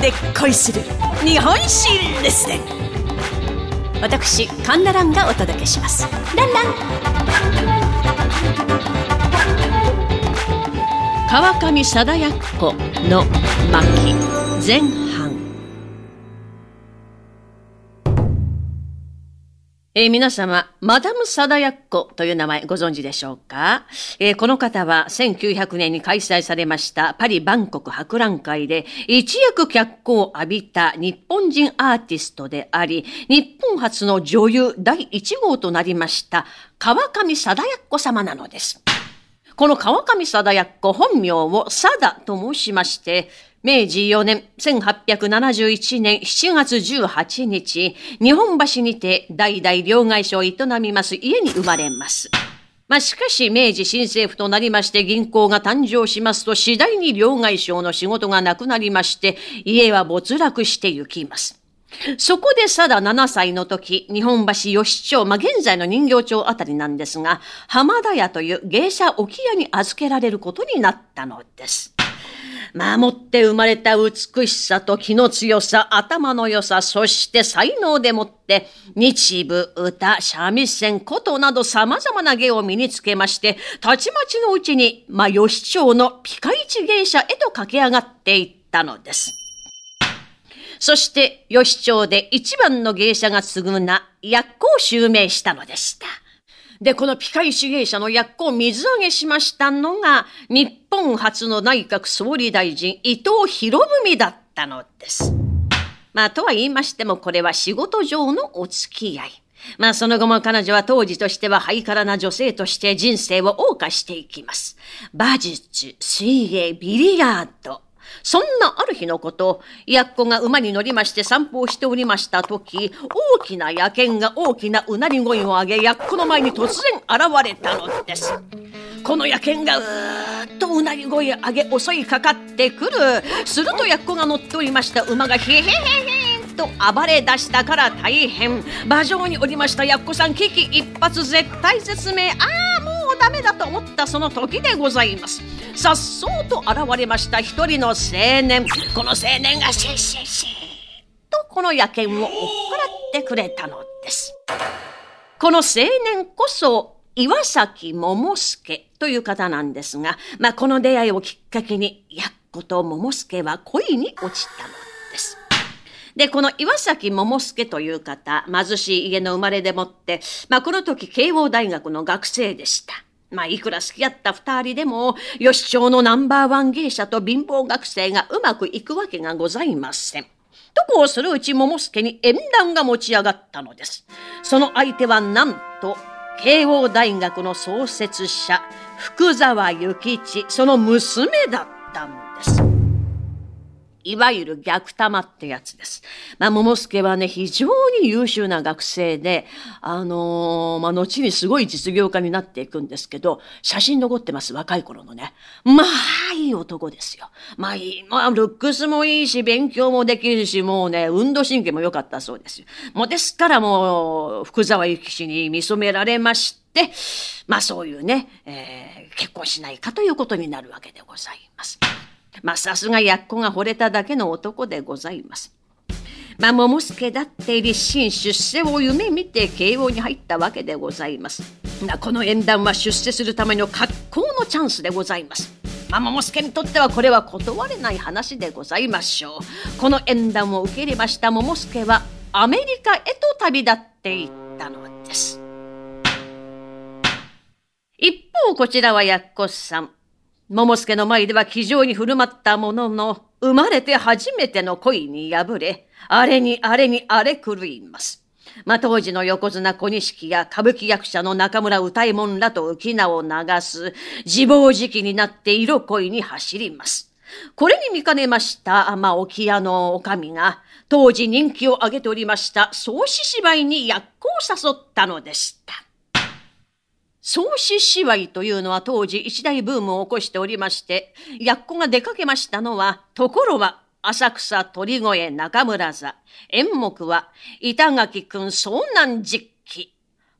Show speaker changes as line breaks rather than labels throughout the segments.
で恋する日本史レッスン。私カンナランがお届けします。ランラン。川上貞奴の巻前半。皆様、マダム貞奴という名前ご存知でしょうか。この方は1900年に開催されましたパリ万国博覧会で一躍脚光を浴びた日本人アーティストであり、日本初の女優第1号となりました川上貞奴様なのです。この川上貞奴、本名を貞と申しまして、明治4年1871年7月18日、日本橋にて代々両替所を営みます家に生まれます。しかし明治新政府となりまして銀行が誕生しますと、次第に両替商の仕事がなくなりまして、家は没落してゆきます。そこで貞7歳の時、日本橋吉町、現在の人形町あたりなんですが、浜田屋という芸者置屋に預けられることになったのです。持って生まれた美しさと気の強さ、頭の良さ、そして才能でもって、日舞、歌、三味線、琴など様々な芸を身につけまして、たちまちのうちに、吉町のピカイチ芸者へと駆け上がっていったのです。そして、吉町で一番の芸者が継ぐ名、奴を襲名したのでした。で、このピカイチ芸者の奴を水揚げしましたのが、日本初の内閣総理大臣、伊藤博文だったのです。とは言いましても、これは仕事上のお付き合い。その後も彼女は当時としてはハイカラな女性として人生を謳歌していきます。馬術、水泳、ビリヤード。そんなある日のこと、奴が馬に乗りまして散歩をしておりましたとき、大きな野犬が大きなうなり声を上げ、奴の前に突然現れたのです。この野犬がうーっとうなり声を上げ襲いかかってくる。すると奴が乗っておりました馬がへへへへーと暴れ出したから大変。馬上におりました奴さん、危機一髪、絶体絶命。もうダメだと思ったその時でございます。さっそうと現れました一人の青年。この青年がシーシーシーとこの野犬を追っ払ってくれたのです。この青年こそ岩崎桃助という方なんですが、この出会いをきっかけに奴と桃助は恋に落ちたのです。で、この岩崎桃助という方、貧しい家の生まれでもって、この時慶応大学の学生でした。いくら好き合った二人でも、吉町のナンバーワン芸者と貧乏学生がうまくいくわけがございません。とこうするうち桃助に縁談が持ち上がったのです。その相手はなんと、慶応大学の創設者、福沢諭吉、その娘だったんです。いわゆる逆玉ってやつです。桃助はね、非常に優秀な学生で、後にすごい実業家になっていくんですけど、写真残ってます、若い頃のね。いい男ですよ。ルックスもいいし、勉強もできるし、もうね、運動神経も良かったそうですよ。ですから福沢諭吉に見初められまして、そういうね、結婚しないかということになるわけでございます。さすが奴が惚れただけの男でございます。桃助だって立身出世を夢見て慶応に入ったわけでございます。この縁談は出世するための格好のチャンスでございます。桃助にとってはこれは断れない話でございましょう。この縁談を受け入れました桃助はアメリカへと旅立っていったのです。一方こちらは奴さん。桃助の前では気丈に振る舞ったものの、生まれて初めての恋に敗れ、あれにあれに荒れ狂います。当時の横綱小錦や歌舞伎役者の中村歌右衛門らと浮き名を流す、自暴自棄になって色恋に走ります。これに見かねました、置屋の女将が、当時人気を上げておりました創始芝居に奴を誘ったのでした。創始芝居というのは当時一大ブームを起こしておりまして、奴が出かけましたのは、ところは浅草鳥越中村座、演目は板垣くん遭難実記。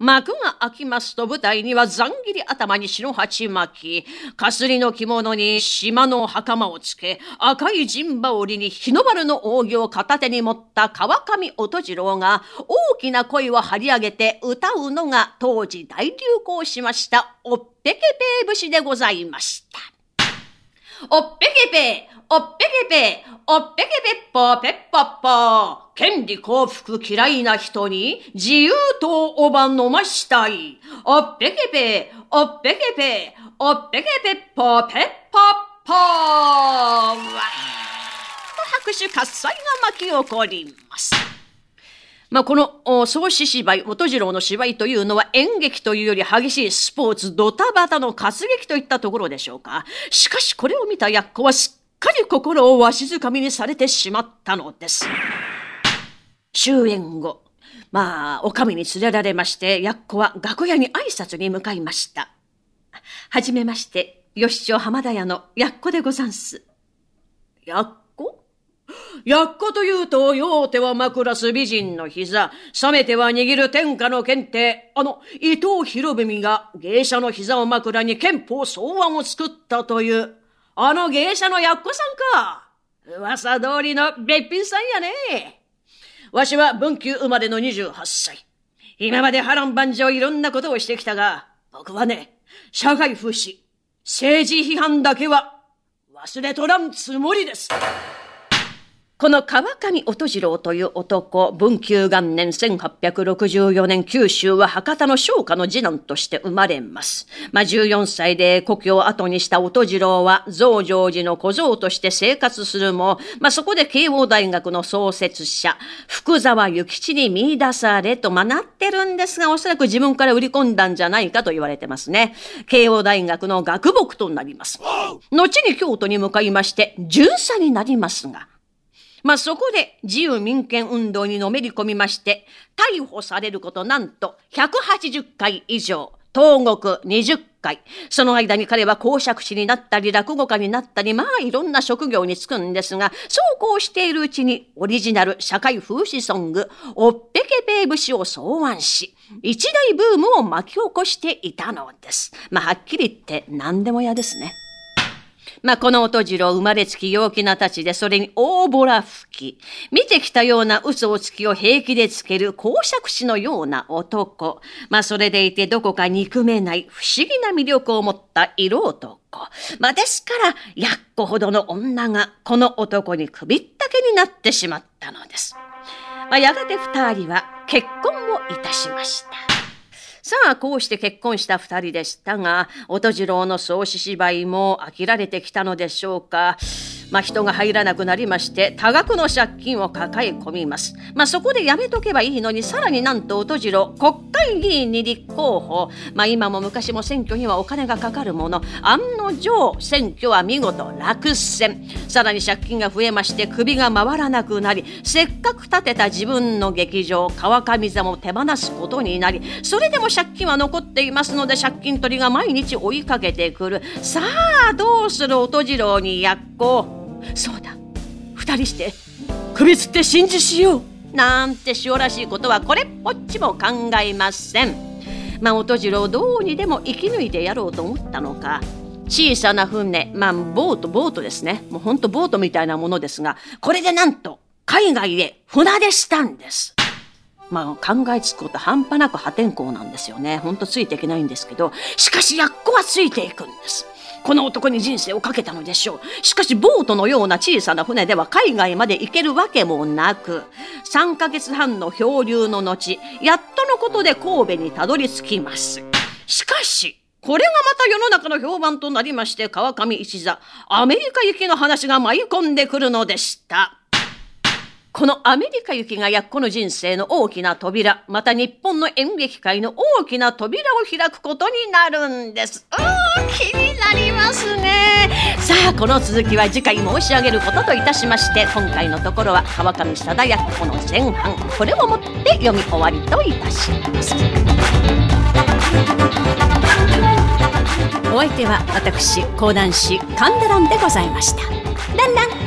幕が開きますと舞台にはざん切り頭に白鉢巻き、かすりの着物に島の袴をつけ、赤い陣羽織に日の丸の扇を片手に持った川上音次郎が大きな声を張り上げて歌うのが当時大流行しましたおっぺけぺ節でございました。おっぺけぺ、おっぺけぺ、おっぺけぺっぽぺっぽっぽ。権利幸福嫌いな人に自由とおば飲ましたい。おっぺけぺ、おっぺけぺ、おっぺけぺっぽぺっぽっぽ。わーっと拍手喝采が巻き起こります。この創始芝居、音次郎の芝居というのは演劇というより激しいスポーツ、ドタバタの活劇といったところでしょうか。しかしこれを見た奴はすっかり心をわしづかみにされてしまったのです。終演後、お上に連れられまして、奴は楽屋に挨拶に向かいました。はじめまして、吉町浜田屋の奴でござんす。奴というと、酔うては枕す美人の膝、冷めては握る天下の剣って、伊藤博文が芸者の膝を枕に憲法草案を作ったという、芸者の奴さんか。噂通りのべっぴんさんやね。わしは文久生まれの28歳。今まで波乱万丈いろんなことをしてきたが、僕はね、社会風刺、政治批判だけは忘れとらんつもりです。この川上音次郎という男、文久元年1864年、九州は博多の商家の次男として生まれます。14歳で故郷を後にした音次郎は増上寺の小僧として生活するも、そこで慶応大学の創設者、福沢諭吉に見出されとなってるんですが、おそらく自分から売り込んだんじゃないかと言われてますね。慶応大学の学木となります。後に京都に向かいまして、巡査になりますが、そこで自由民権運動にのめり込みまして、逮捕されることなんと180回以上、投獄20回。その間に彼は講釈師になったり、落語家になったり、いろんな職業に就くんですが、そうこうしているうちに、オリジナル社会風刺ソング、おっぺけぺ節を草案し、一大ブームを巻き起こしていたのです。はっきり言って何でも嫌ですね。この音次郎生まれつき陽気なたちで、それに大ぼら吹き、見てきたような嘘をつきを平気でつける講釈師のような男。それでいてどこか憎めない不思議な魅力を持った色男。ですから、奴ほどの女がこの男に首ったけになってしまったのです。やがて二人は結婚をいたしました。さあ、こうして結婚した二人でしたが、音次郎の創始芝居も飽きられてきたのでしょうか。人が入らなくなりまして、多額の借金を抱え込みます。そこでやめとけばいいのに、さらになんと音次郎、国会議員に立候補。今も昔も選挙にはお金がかかるもの。案の定、選挙は見事落選。さらに借金が増えまして、首が回らなくなり、せっかく建てた自分の劇場、川上座も手放すことになり、それでも借金は残っていますので、借金取りが毎日追いかけてくる。さあ、どうする音次郎にやっこ。そうだ、二人して首つって信じしようなんて塩らしいことはこれっぽっちも考えません。音次郎どうにでも生き抜いてやろうと思ったのか、小さな船、ボートですね。もうほんとボートみたいなものですが、これでなんと海外へ船出したんです。考えつくこと半端なく破天荒なんですよね。ほんとついていけないんですけど、しかし奴はついていくんです。この男に人生をかけたのでしょう。しかしボートのような小さな船では海外まで行けるわけもなく、3ヶ月半の漂流の後、やっとのことで神戸にたどり着きます。しかし、これがまた世の中の評判となりまして、川上一座、アメリカ行きの話が舞い込んでくるのでした。このアメリカ行きが奴の人生の大きな扉、また日本の演劇界の大きな扉を開くことになるんです。気になりますね。さあ、この続きは次回申し上げることといたしまして、今回のところは川上貞奴の前半、これをもって読み終わりといたします。お相手は私講談師神田蘭でございました。ランラン。